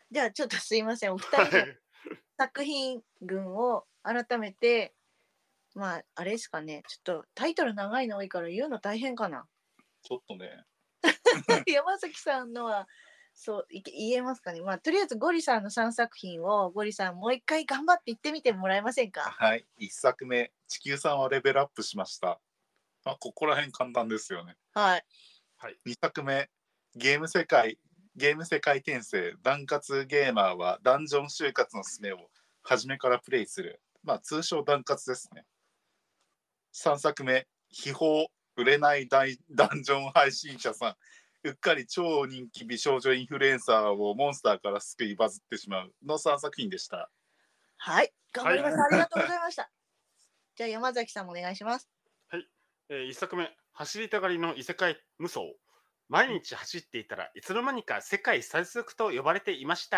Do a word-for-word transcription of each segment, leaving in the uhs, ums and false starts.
じゃあちょっとすいません、お二人のはい。 作品群を改めて、まあ、あれですかね、ちょっとタイトル長いの多いから言うの大変かな。 ちょっとね。 山崎さんのは、そう、いけ言えますかね。まあ、とりあえずゴリさんのさんさく品を、ゴリさんもう一回頑張って言ってみてもらえませんか？ はい。いっさくめ、地球さんはレベルアップしました。まあ、ここら辺簡単ですよね。 はい。 はい。 にさくめ、ゲーム世界、ゲーム世界転生、ダンカツゲーマーはダンジョン就活のすめを初めからプレイする。まあ、通称ダンカツですね。さんさくめ、秘宝、売れない大ダンジョン配信者さん。うっかり超人気美少女インフルエンサーをモンスターから救いバズってしまうのさんさく品でした。 はい、頑張りました。 はいありがとうございました。じゃあ山崎さんもお願いします。 はい。えー、いっさくめ、走りたがりの異世界無双。毎日走っていたらいつの間にか世界最速と呼ばれていました。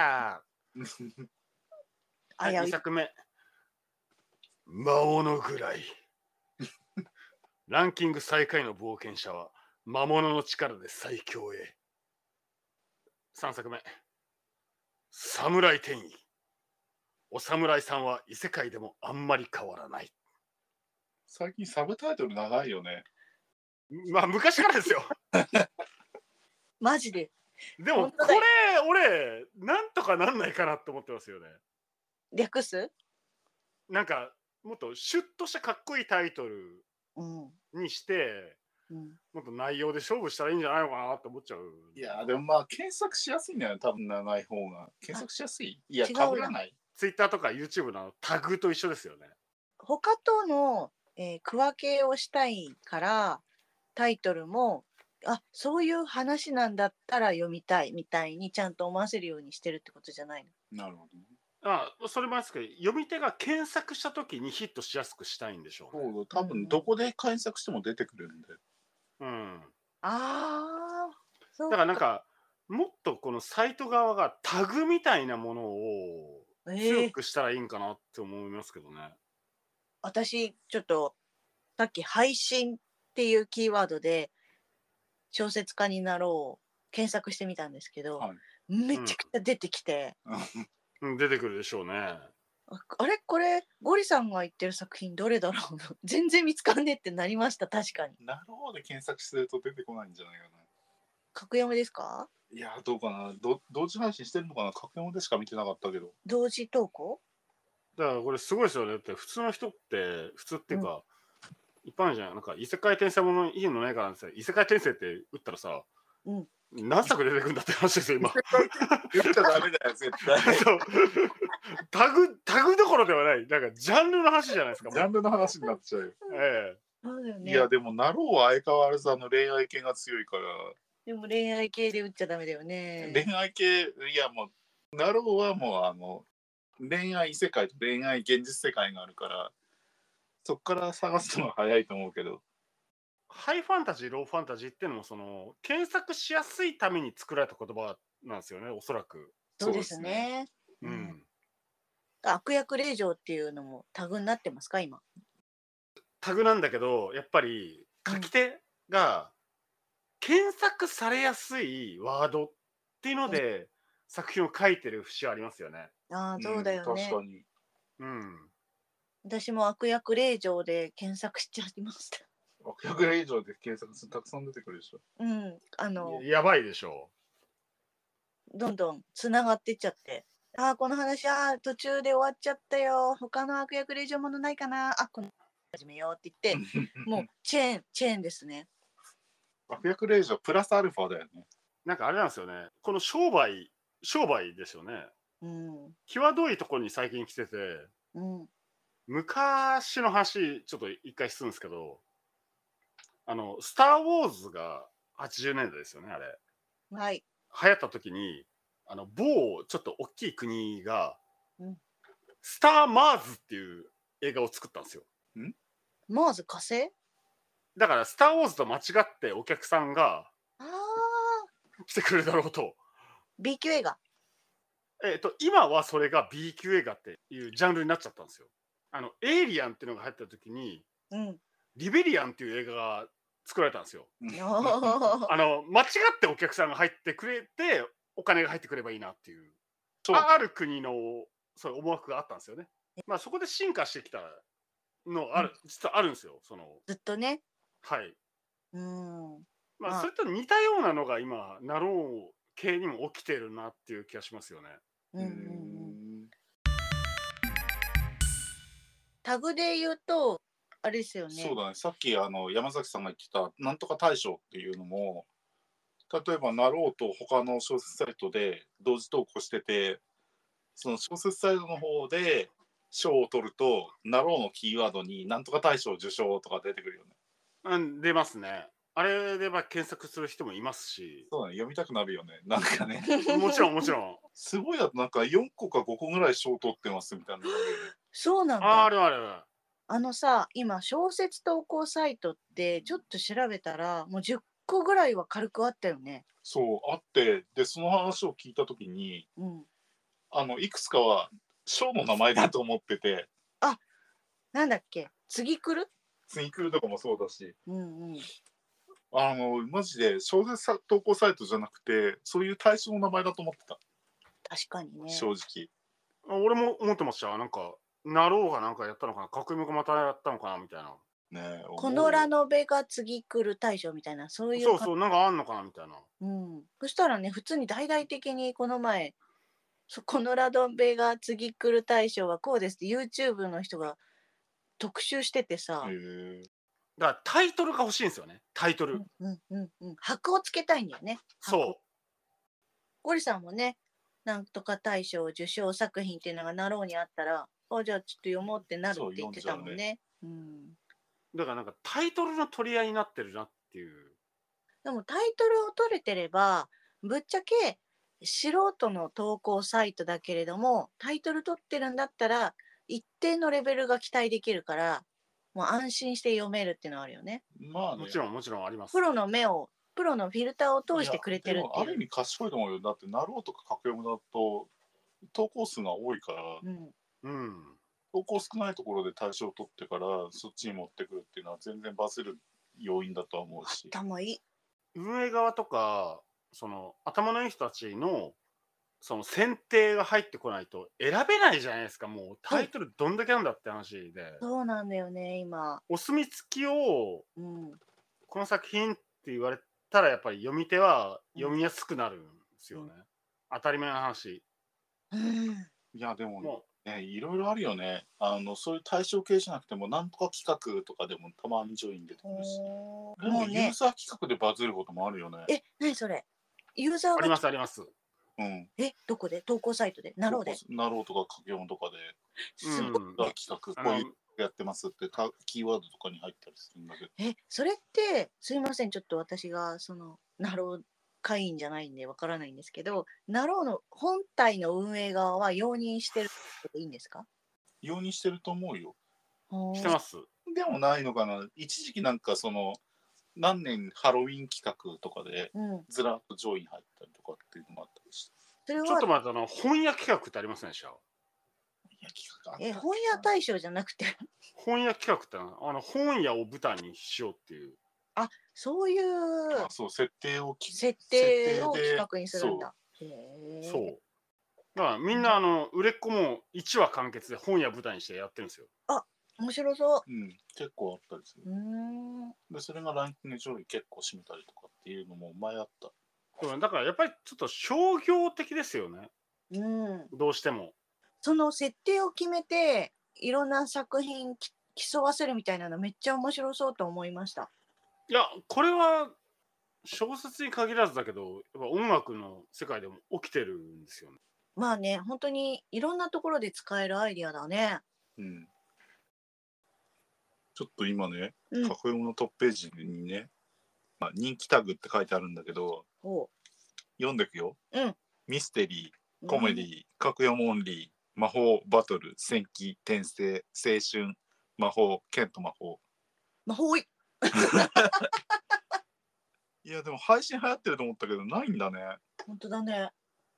はい、 あやうにさくめ、魔物ぐらい。ランキング最下位の冒険者は魔物の力で最強へ。さんさくめ、侍転移。お侍さんは異世界でもあんまり変わらない。 最近サブタイトル長いよね。 まあ昔からですよ。 マジで。 でもこれ俺なんとかなんないかなって思ってますよね。 略す？ なんかもっとシュッとしたかっこいいタイトルにして、うんうん、もっと内容で勝負したらいいんじゃないのかなって思っちゃう。 いやでもまあ検索しやすいんだよね、多分長い方が。検索しやすい。いや被らない。 ツイッターとか YouTube のタグと一緒ですよね。 他との、えー、区分けをしたいからタイトルもあそういう話なんだったら読みたいみたいにちゃんと思わせるようにしてるってことじゃないの？ なるほどね。 ああ、それもあるんですけど、読み手が検索した時にヒットしやすくしたいんでしょうね。 そう、多分どこで検索しても出てくるんで。 うん。 ああ、そうだからなんかもっとこのサイト側がタグみたいなものを強くしたらいいんかなって思いますけどね。えー、 私ちょっとさっき配信っていうキーワードで小説家になろう検索してみたんですけど、はい、めちゃくちゃ出てきて、 うん、出てくるでしょうね。 あれこれゴリさんが言ってる作品どれだろう全然見つかんねえってなりました。確かになるほど検索すると出てこないんじゃないかな。 格読めですか？ いやどうかな、ど同時配信してるのかな。格読めでしか見てなかったけど。 同時投稿だからこれすごいですよね。って普通の人って普通っていうか、うん、一般じゃんなんか異世界転生ものいいのないからって異世界転生って打ったらさ、うん、何作出てくるんだって話ですよ今。 言っちゃダメだよ絶対。 そうタグタグどころではない、なんかジャンルの話じゃないですか。 ジャンルの話になっちゃうよ。 ええ。 そうだよね。 いやでもナローは相変わらずあの恋愛系が強いから。 でも恋愛系で打っちゃダメだよね。 恋愛系いやもうナローはもうあの恋愛異世界と恋愛現実世界があるから、そっから探すのは早いと思うけど。 ハイファンタジー、ローファンタジーっていうのもその検索しやすいために作られた言葉なんですよね、おそらく。 そうですね。 うん。うん、 悪役令嬢っていうのもタグになってますか今？ タグなんだけどやっぱり書き手が検索されやすいワードっていうので、うん、作品を書いてる節はありますよね。 ああそうだよね。 うん、確かに。 うん。 私も悪役令嬢で検索しちゃいました。 悪役令嬢で検索するたくさん出てくるでしょ。 うん、あのや, やばいでしょう。どんどんつながってっちゃって、ああこの話あ途中で終わっちゃったよ。他の悪役令嬢ものないかな。あこの始めようって言ってもうチェーンチェーンですね。 悪役令嬢プラスアルファだよね。 なんかあれなんですよね。この商売商売ですよね。うん。際どいところに最近来てて。うん。昔の話ちょっと一回するんですけど、あのスター・ウォーズがはちじゅうねんだいですよねあれ。 はい。 流行った時にあの某ちょっと大きい国が、うん、スター・マーズっていう映画を作ったんですよ。 ん？マーズ火星？ だからスター・ウォーズと間違ってお客さんが来てくれるだろうと。 B 級映画。 えっと今はそれが B 級映画っていうジャンルになっちゃったんですよ。あのエイリアンっていうのが入った時に、うん、リベリアンっていう映画が作られたんですよ。あの間違ってお客さんが入ってくれてお金が入ってくればいいなっていう。 そうあある国のそういう思惑があったんですよね。まあそこで進化してきたのある、実はあるんですよ。そのずっとね。 はい。 うん。 まあまあそれと似たようなのが今ナロー系にも起きてるなっていう気がしますよね。 うんうんうーうん。 んタグで言うと、あれですよね。 そうだね。さっきあの山崎さんが言ってたなんとか大賞っていうのも、例えばなろうと他の小説サイトで同時投稿してて、その小説サイトの方で賞を取ると、なろうのキーワードになんとか大賞受賞とか出てくるよね。 うん出ますね。あれでまあ検索する人もいますし。 そうだね。読みたくなるよね。なんかね。 もちろんもちろん。 すごいだとなんかよんこかごこぐらい賞取ってますみたいなのがあるよね。 そうなんああだ。 るある。 あのさ、今小説投稿サイトってちょっと調べたらもうじゅっこぐらいは軽くあったよね。 そうあって、でその話を聞いた時に、 うん。 あのいくつかは賞の名前だと思ってて、 なんだっけ、次来る？ 次来るとかもそうだし、 うんうん。 あのマジで小説さ投稿サイトじゃなくて、そういう対象の名前だと思ってた、 確かにね。 正直。 あ俺も思ってました。なんかナローがなんかやったのかな、革命がまたやったのかなみたいな。 ねえ、 このラノベが次来る大賞みたいな、そういう感そうそう、なんかあんのかなみたいな。 うん。そしたらね、普通に大々的にこの前、そこのラノベが次来る大賞はこうですって YouTube の人が特集しててさ、 へえだからタイトルが欲しいんですよね。タイトル。 うんうんうんうん、箔をつけたいんだよね。箔そう。 ゴリさんもね、なんとか大賞受賞作品っていうのがなろうにあったら、あ、じゃあちょっと読もうってなるって言ってたもんね。うん。 だからなんかタイトルの取り合いになってるなっていう。 でもタイトルを取れてれば、ぶっちゃけ素人の投稿サイトだけれども、タイトル取ってるんだったら、一定のレベルが期待できるから、もう安心して読めるっていうのはあるよね。 まあね。 もちろんもちろんあります。 プロの目を、プロのフィルターを通してくれてるっていう。 いやでもある意味賢いと思うよ。だってなろうとか格読むだと投稿数が多いから、 うん。 うん。 投稿少ないところで対象を取ってからそっちに持ってくるっていうのは全然バズる要因だとは思うし。 頭いい。 運営側とかその頭のいい人たちのその選定が入ってこないと選べないじゃないですか。もうタイトルどんだけなんだって話で、 そうなんだよね、今。 お墨付きをうん。 この作品って言われたらやっぱり読み手は読みやすくなるんですよね。 うん当たり前の話。 うん。 いやでももね、いろいろあるよね。あのそういう対象系じゃなくてもなんとか企画とかでもたまに上位に出てくるし。 おーでもユーもうね、 ザー企画でバズることもあるよね。 え、何それユーザーがうありますあります。 うん。 え、どこで投稿サイトでなろうでなろうとか格読むとかで、 すごいうん。 ユーザー企画あこういうのやってますってたキーワードとかに入ったりするんだけど。 え、それってすいません、ちょっと私がそのなろう会員じゃないんでわからないんですけど、なろうの本体の運営側は容認してるっていいんですか？ 容認してると思うよ。 ほーしてます。 でもないのかな。一時期なんかその何年ハロウィン企画とかでうん、 ずらっと上位に入ったりとかっていうのもあったりして。 それはちょっと待って、あの翻訳企画ってありませんでした？ いや企画あったえ、本屋大賞じゃなくて翻訳企画ってあの本屋を舞台にしようっていう。 そういうあそう設定をき設定を設定で企画にするんだ。へーそう。だからみんなあの売れっ子もいちわ完結で本屋舞台にしてやってるんですよ。 面白そうん、結構あったりするう。うーん。 でそれがランキング上位結構占めたりとかっていうのも前あった。 そうだからやっぱりちょっと商業的ですよね。 うん。 どうしても。 その設定を決めていろんな作品き競わせるみたいなのめっちゃ面白そうと思いました。 いやこれは小説に限らずだけど、やっぱ音楽の世界でも起きてるんですよね。 まあね、本当にいろんなところで使えるアイディアだね。 うん。ちょっと今ね、 うんカフェオのトップページにね、まあ、人気タグって書いてあるんだけど、 ほ読んでくよ。 う。うん。 ミステリうー、コメディー、格読オンリー、魔法、バトル、戦記、転生、青春、魔法、剣と魔法。 まあ、ほい。 いや、でも配信流行ってると思ったけど、ないんだね。 本当だね。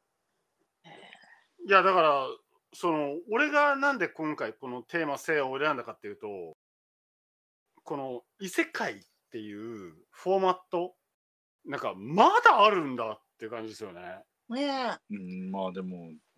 いやだからその俺がなんで今回このテーマ性を選んだかっていうと、この異世界っていうフォーマットなんかまだあるんだっていう感じですよね。 ねえ。 うん、まあでも、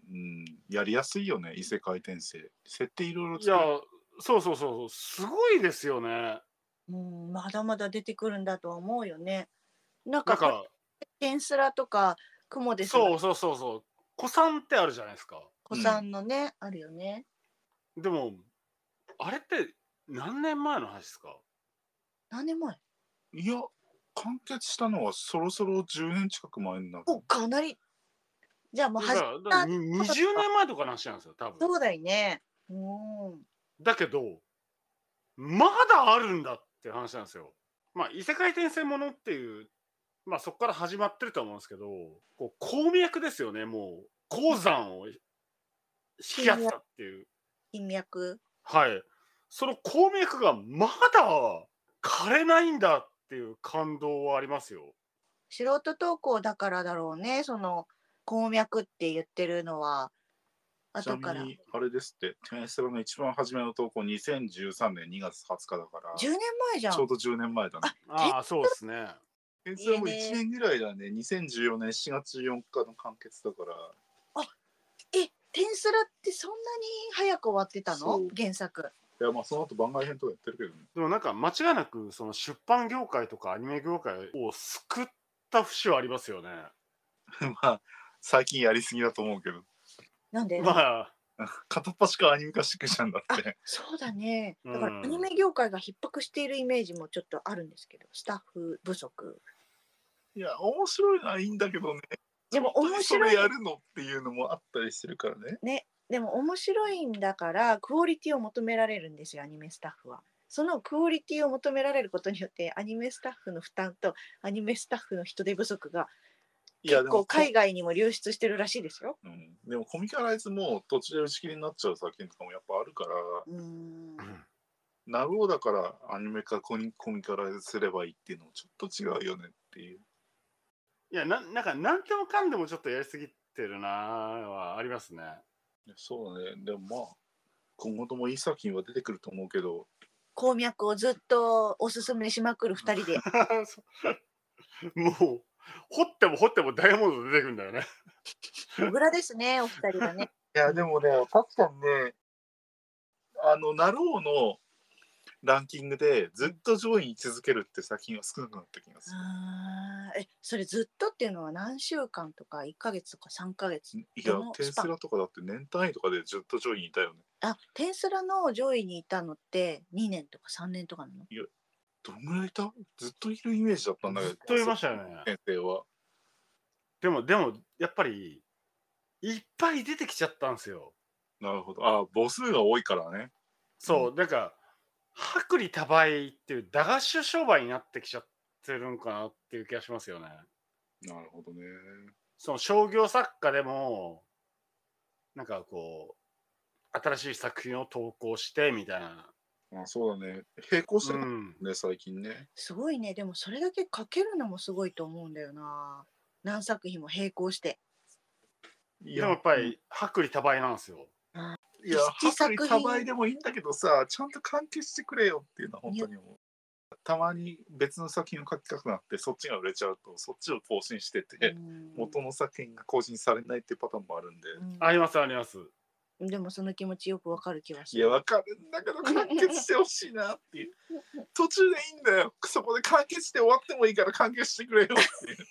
うん、やりやすいよね異世界転生。設定いろいろいや作る。 そうそうそうすごいですよね。 うん、まだまだ出てくるんだとは思うよね。なんかこれなんかテンスラとかクモですがそうそうそうそう古参ってあるじゃないですか。 古参のね、あるよね。 でもあれって何年前の話ですか？ 何年前？ いや完結したのはそろそろじゅうねん近く前になる。 お、かなり。じゃあもうだか始らだからににじゅうねんまえとかの話なんですよ多分。 そうだよね。うん。 だけどまだあるんだって話なんですよ。まあ異世界転生ものっていうまあそこから始まってると思うんですけど、こう鉱脈ですよね。もう鉱山を引き合ってたっていう。 金脈。 はい。その鉱脈がまだ枯れないんだっていう感動はありますよ。 素人投稿だからだろうね。その鉱脈って言ってるのはちな後から。 みにあれですってテンスラの一番初めの投稿にせんじゅうさんねんにがつはつかだからじゅうねんまえじゃん。 ちょうどじゅうねんまえだね。 ああ、そうですね。 テンスラもいちねんぐらいだね。にせんじゅうよねんしがつじゅうよっかの完結だから。 え、テンスラってそんなに早く終わってたのそう？ 原作。 いやまあその後番外編とかやってるけどね。 でもなんか間違いなくその出版業界とかアニメ業界を救った節はありますよね。 まあ最近やりすぎだと思うけど。 なんで？ まあ片っ端からアニメ化してくじゃんだあっ、て。 そうだね。 うんだからアニメ業界が逼迫しているイメージもちょっとあるんですけど、スタッフ不足。 いや面白いのはいいんだけどね。 でも本当に面白いそれやるのっていうのもあったりするからね。 ね。でも面白いんだからクオリティを求められるんですよ、アニメスタッフは。そのクオリティを求められることによってアニメスタッフの負担とアニメスタッフの人手不足が結構いやでも海外にも流出してるらしいですよ。 うん、でもコミカライズも途中で打ち切りになっちゃう作品とかもやっぱあるから、 うーん。 ナローだからアニメ化コミコミカライズすればいいっていうのもちょっと違うよねっていう。 いやななんか何でもかんでもちょっとやりすぎてるなはありますね。 そうだね。でもまあ今後ともいい作品は出てくると思うけど、 鉱脈をずっとおすすめしまくるふたりで。 もう掘っても掘ってもダイヤモンド出てくるんだよね。 モグラですね、お二人がね。 いやでもね確かにねあのナローのランキングでずっと上位に続けるって作品は少なくなった気がする。 あーえ、それずっとっていうのは何週間とかいっかげつとかさんかげついやどのテンスパン？ スラとかだって年単位とかでずっと上位にいたよね。 あ、テンスラの上位にいたのってにねんとかさんねんとかなの？ どんぐらいいた？ずっといるイメージだったんだけど。 ずっといましたよね。 先生は。 でもでもやっぱりいっぱい出てきちゃったんですよ。 なるほど。あ、母数が多いからね。 そうなんか薄利多売っていう駄菓子商売になってきちゃってるんかなっていう気がしますよね。 なるほどね。 その商業作家でもなんかこう新しい作品を投稿してみたいな。 あ、そうだね。並行してうるん。 ね、最近ね。 すごいね。でもそれだけ書けるのもすごいと思うんだよな。何作品も並行して。 いでもやっぱり薄利多売なんですよ。 いや、 一作品薄利多売でもいいんだけどさ、ちゃんと完結してくれよっていうのは本当に思う。たまに別の作品を書きたくなってそっちが売れちゃうとそっちを更新してて、 うん元の作品が更新されないっていうパターンもあるんで、 うんありますあります。 でもその気持ちよくわかる気がすいやる。 わかるんだけど完結してほしいなっていう。途中でいいんだよ。そこで完結して終わってもいいから完結してくれよっていう。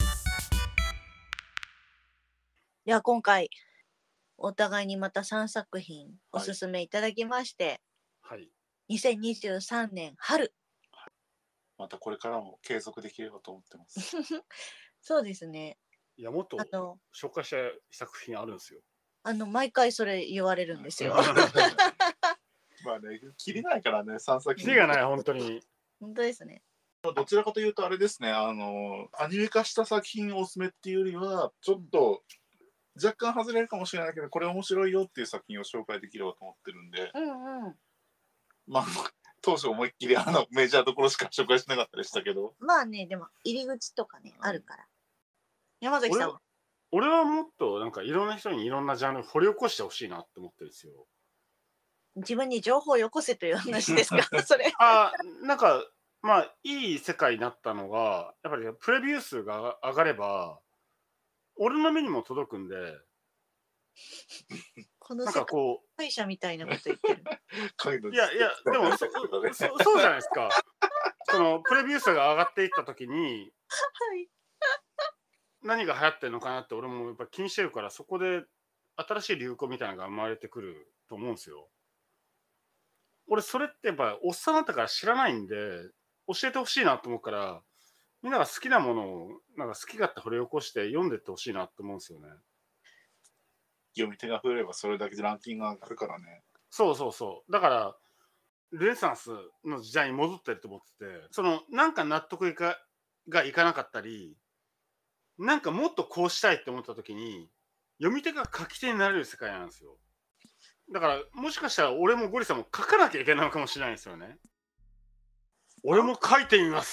では今回お互いにまたさんさく品おすすめいただきまして、 はい。 にせんにじゅうさんねん春。 またこれからも継続できればと思ってます。 そうですね。 いやもっとあの紹介したい作品あるんですよ。 あの毎回それ言われるんですよ。 まあね、切りないからね、さんさく品。 キリがない本当に。 本当ですね。 どちらかというとあれですね、あのアニメ化した作品をおすすめっていうよりはちょっと若干外れるかもしれないけどこれ面白いよっていう作品を紹介できればと思ってるんで、 うんうん。 まあ当初思いっきりあのメジャーどころしか紹介しなかったでしたけど、 まあね、でも入り口とかね、あるから。山崎さんは。 俺はもっとなんかいろんな人にいろんなジャンル掘り起こしてほしいなって思ってるんですよ。 自分に情報をよこせという話ですかそれ。 あなんかまあいい世界になったのがやっぱりプレビュー数が上がれば俺の目にも届くんで、 このなん世界かこ会社みたいなこと言ってる。 う、いやいや、でもそそそうじゃないですか。そのプレビュー数が上がっていった時にはい。 何が流行ってるのかなって俺もやっぱ気にしてるから、そこで新しい流行みたいなのが生まれてくると思うんですよ。俺それってやっぱおっさんだったから知らないんで教えてほしいなと思うから、みんなが好きなものをなんか好き勝手掘り起こして読んでってほしいなと思うんですよね。 読み手が増えればそれだけでランキングが上がるからね。 そうそうそう。だからルネサンスの時代に戻ってると思ってて、そのなんか納得いかがいかなかったり、なんかもっとこうしたいって思った時に読み手が書き手になれる世界なんですよ。だからもしかしたら俺もゴリさんも書かなきゃいけないのかもしれないですよね。俺も書いてみます。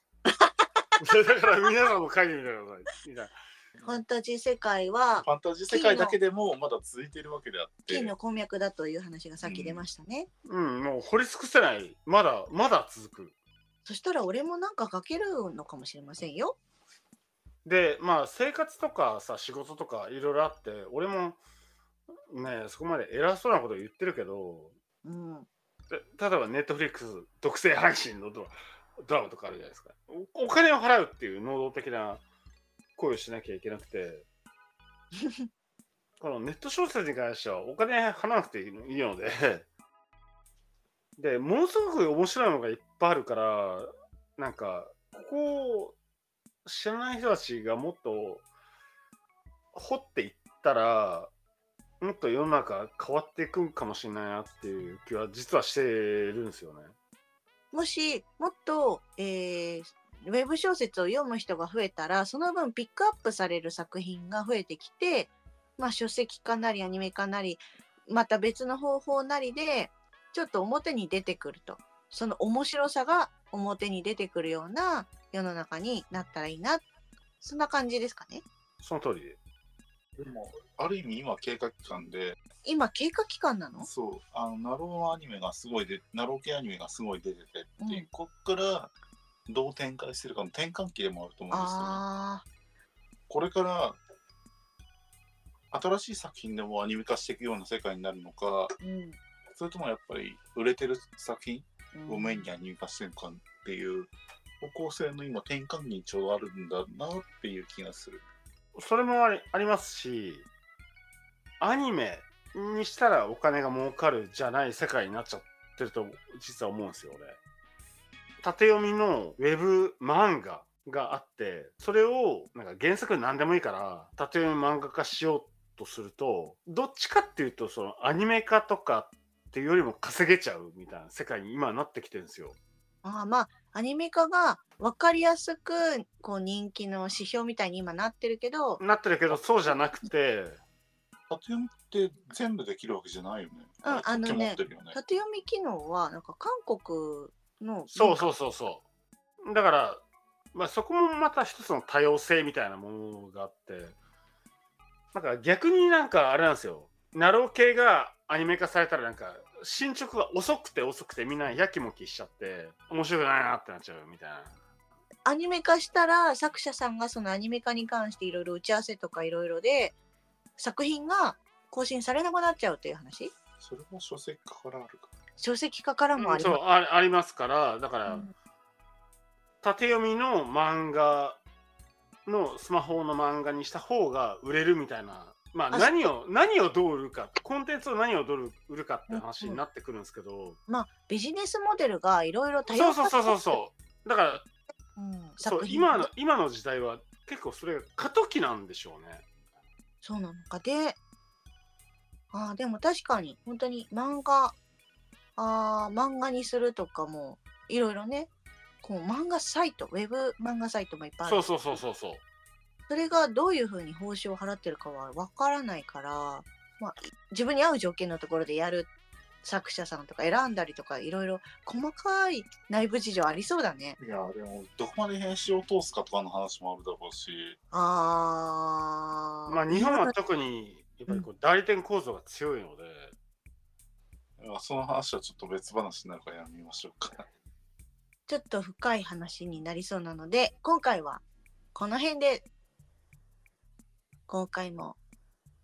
だから皆さんも書いてみてくださいみたいな。 ファンタジー世界はファンタジー世界だけでもまだ続いているわけであって金の鉱脈だという話がさっき出ましたね。 うん、もう掘り尽くせない。まだまだ続く。 そしたら俺もなんか書けるのかもしれませんよ。 でまあ生活とかさ仕事とかいろいろあって俺もねそこまで偉そうなこと言ってるけど、 うん、 で例えばネットフリックス独占配信のドラドラマとかあるじゃないですか。お、お金を払うっていう能動的な行為をしなきゃいけなくてこのネット小説に関してはお金払わなくていいのででものすごく面白いのがいっぱいあるから、なんかここを知らない人たちがもっと掘っていったらもっと世の中変わっていくかもしれないなっていう気は実はしてるんですよね。 もしもっと、えー、ウェブ小説を読む人が増えたらその分ピックアップされる作品が増えてきて、まあ、書籍化なりアニメ化なりまた別の方法なりでちょっと表に出てくると、その面白さが表に出てくるような世の中になったらいいな、そんな感じですかね。 その通りで。 でもある意味今経過期間で、 今経過期間なの？ そうあのナローアニメがすごいでナロー系アニメがすごい出ててっていう、 うん、 こっからどう展開してるかの転換期でもあると思うんですよね。 あこれから新しい作品でもアニメ化していくような世界になるのか、 ー、うんそれともやっぱり売れてる作品うん、 をメインにアニメ化してるのかっていう方向性の今転換期にちょうどあるんだなっていう気がする。 それもあり、ありますし、アニメにしたらお金が儲かるじゃない世界になっちゃってると実は思うんですよね。縦読みのウェブ漫画があって、それをなんか原作何でもいいから縦読み漫画化しようとすると、どっちかっていうとそのアニメ化とかっていうよりも稼げちゃうみたいな世界に今なってきてるんですよ。 あーまあアニメ化が分かりやすくこう人気の指標みたいに今なってるけど、 なってるけどそうじゃなくて、 縦読みって全部できるわけじゃないよね。 うんあのね持ってるよね。 縦読み機能はなんか韓国のそうそうそうそうだから、まあ、そこもまた一つの多様性みたいなものがあって、なんか逆になんかあれなんですよ、ナロー系がアニメ化されたらなんか進捗が遅くて遅くてみんなやきもきしちゃって面白くないなってなっちゃうみたいな。 アニメ化したら作者さんがそのアニメ化に関していろいろ打ち合わせとかいろいろで作品が更新されなくなっちゃうっていう話。 それも書籍化からあるか。 書籍化からもありそうます。 あありますから、だから、 うん縦読みの漫画のスマホの漫画にした方が売れるみたいな、まああ何を何をどう売るか、コンテンツを何をどう売るかって話になってくるんですけど、 まあビジネスモデルがいろいろ多様そうそうそうそうそうだからうん、 そう作品今の今の時代は結構それが過渡期なんでしょうね。 そうなのかで、あーでも確かに本当に漫画あー漫画にするとかもいろいろね、こう漫画サイトウェブ漫画サイトもいっぱいある。 そうそうそうそうそうそれがどういうふうに報酬を払ってるかはわからないから、まあ、自分に合う条件のところでやる作者さんとか選んだりとかいろいろ細かい内部事情ありそうだね。 いやでもどこまで編集を通すかとかの話もあるだろうし、 あーまあ日本は特にやっぱりこう代理店構造が強いので、 いやその話はちょっと別話になるからやめましょうか。 ちょっと深い話になりそうなので今回はこの辺で今回も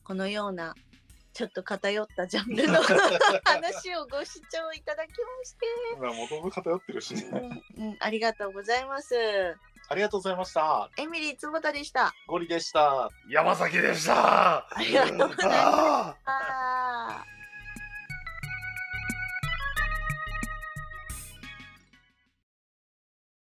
このようなちょっと偏ったジャンルの話をご視聴いただきましてまあもともと偏ってるしね。 うん、うん、ありがとうございます。 ありがとうございました。 エミリー坪田でした。 ゴリでした。 山崎でした。 ありがとうございました。